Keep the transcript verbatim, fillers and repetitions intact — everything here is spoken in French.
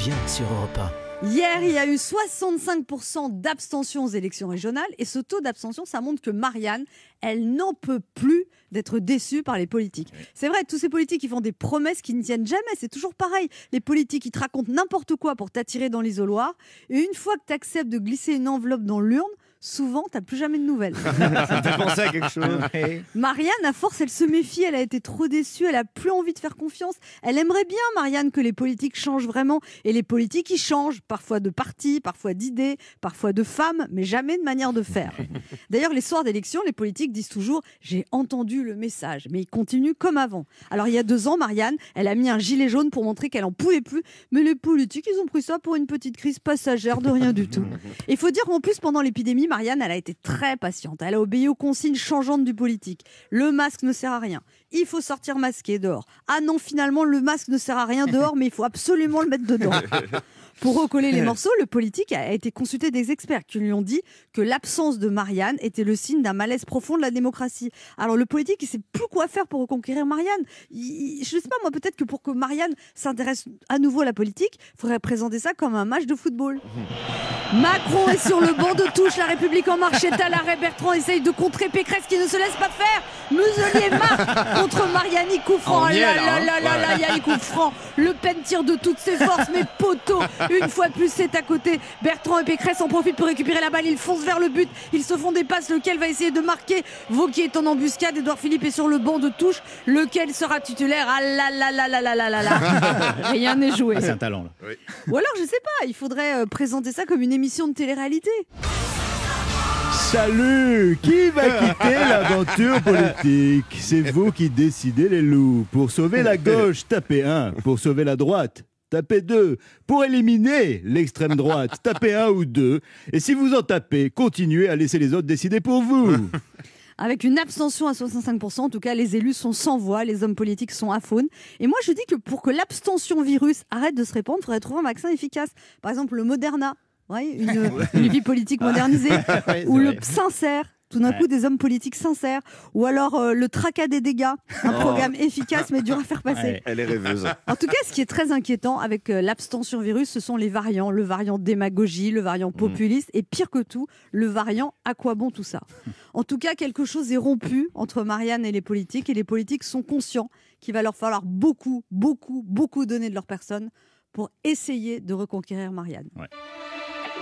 vient sur Europe un. Hier, il y a eu soixante-cinq pour cent d'abstention aux élections régionales et ce taux d'abstention, ça montre que Marianne, elle n'en peut plus d'être déçue par les politiques. Oui. C'est vrai, tous ces politiques qui font des promesses qui ne tiennent jamais, c'est toujours pareil. Les politiques qui te racontent n'importe quoi pour t'attirer dans l'isoloir et une fois que tu acceptes de glisser une enveloppe dans l'urne, souvent, tu n'as plus jamais de nouvelles. Ça me fait penser à quelque chose. Marianne, à force, elle se méfie, elle a été trop déçue, elle a plus envie de faire confiance. Elle aimerait bien, Marianne, que les politiques changent vraiment. Et les politiques, ils changent, parfois de parti, parfois d'idées, parfois de femmes, mais jamais de manière de faire. D'ailleurs, les soirs d'élection, les politiques disent toujours « j'ai entendu le message », mais ils continuent comme avant. Alors, il y a deux ans, Marianne, elle a mis un gilet jaune pour montrer qu'elle n'en pouvait plus, mais les politiques, ils ont pris ça pour une petite crise passagère de rien du tout. Il faut dire qu'en plus, pendant l'épidémie, Marianne, elle a été très patiente. Elle a obéi aux consignes changeantes du politique. Le masque ne sert à rien. Il faut sortir masqué dehors. Ah non, finalement, le masque ne sert à rien dehors, mais il faut absolument le mettre dedans. Pour recoller les morceaux, le politique a été consulté des experts qui lui ont dit que l'absence de Marianne était le signe d'un malaise profond de la démocratie. Alors le politique, il ne sait plus quoi faire pour reconquérir Marianne. Il, je ne sais pas, moi, peut-être que pour que Marianne s'intéresse à nouveau à la politique, il faudrait présenter ça comme un match de football. Macron est sur le banc de touche, la République en marche est à l'arrêt. Bertrand essaye de contrer Pécresse qui ne se laisse pas faire. Muselier marque contre Mariani, coup franc. Oh, là, là, là, là, là, là, il y a les coups francs. Le Pen tire de toutes ses forces, mais poteau. Une fois de plus, c'est à côté. Bertrand et Pécresse en profitent pour récupérer la balle. Ils foncent vers le but. Ils se font des passes. Lequel va essayer de marquer? Vauquier est en embuscade. Édouard Philippe est sur le banc de touche. Lequel sera titulaire? Ah là là là là là là là là. Rien n'est joué. Ah, c'est un talent, là. Oui. Ou alors, je sais pas, il faudrait euh, présenter ça comme une émission de télé-réalité. Salut! Qui va quitter l'aventure politique? C'est vous qui décidez, les loups. Pour sauver la gauche, tapez un. Pour sauver la droite, tapez deux. Pour éliminer l'extrême droite, tapez un ou deux. Et si vous en tapez, continuez à laisser les autres décider pour vous. Avec une abstention à soixante-cinq pour cent, en tout cas, les élus sont sans voix, les hommes politiques sont aphones. Et moi, je dis que pour que l'abstention virus arrête de se répandre, il faudrait trouver un vaccin efficace. Par exemple, le Moderna, ouais, une, une vie politique modernisée, Ouais, ou le vrai. Sincère. Tout d'un Ouais. coup, des hommes politiques sincères. Ou alors euh, le tracas des dégâts, un Oh. programme efficace mais dur à faire passer. Ouais. Elle est rêveuse. En tout cas, ce qui est très inquiétant avec euh, l'abstention virus, ce sont les variants. Le variant démagogie, le variant populiste et pire que tout, le variant à quoi bon tout ça. En tout cas, quelque chose est rompu entre Marianne et les politiques et les politiques sont conscients qu'il va leur falloir beaucoup, beaucoup, beaucoup donner de leur personne pour essayer de reconquérir Marianne. Ouais.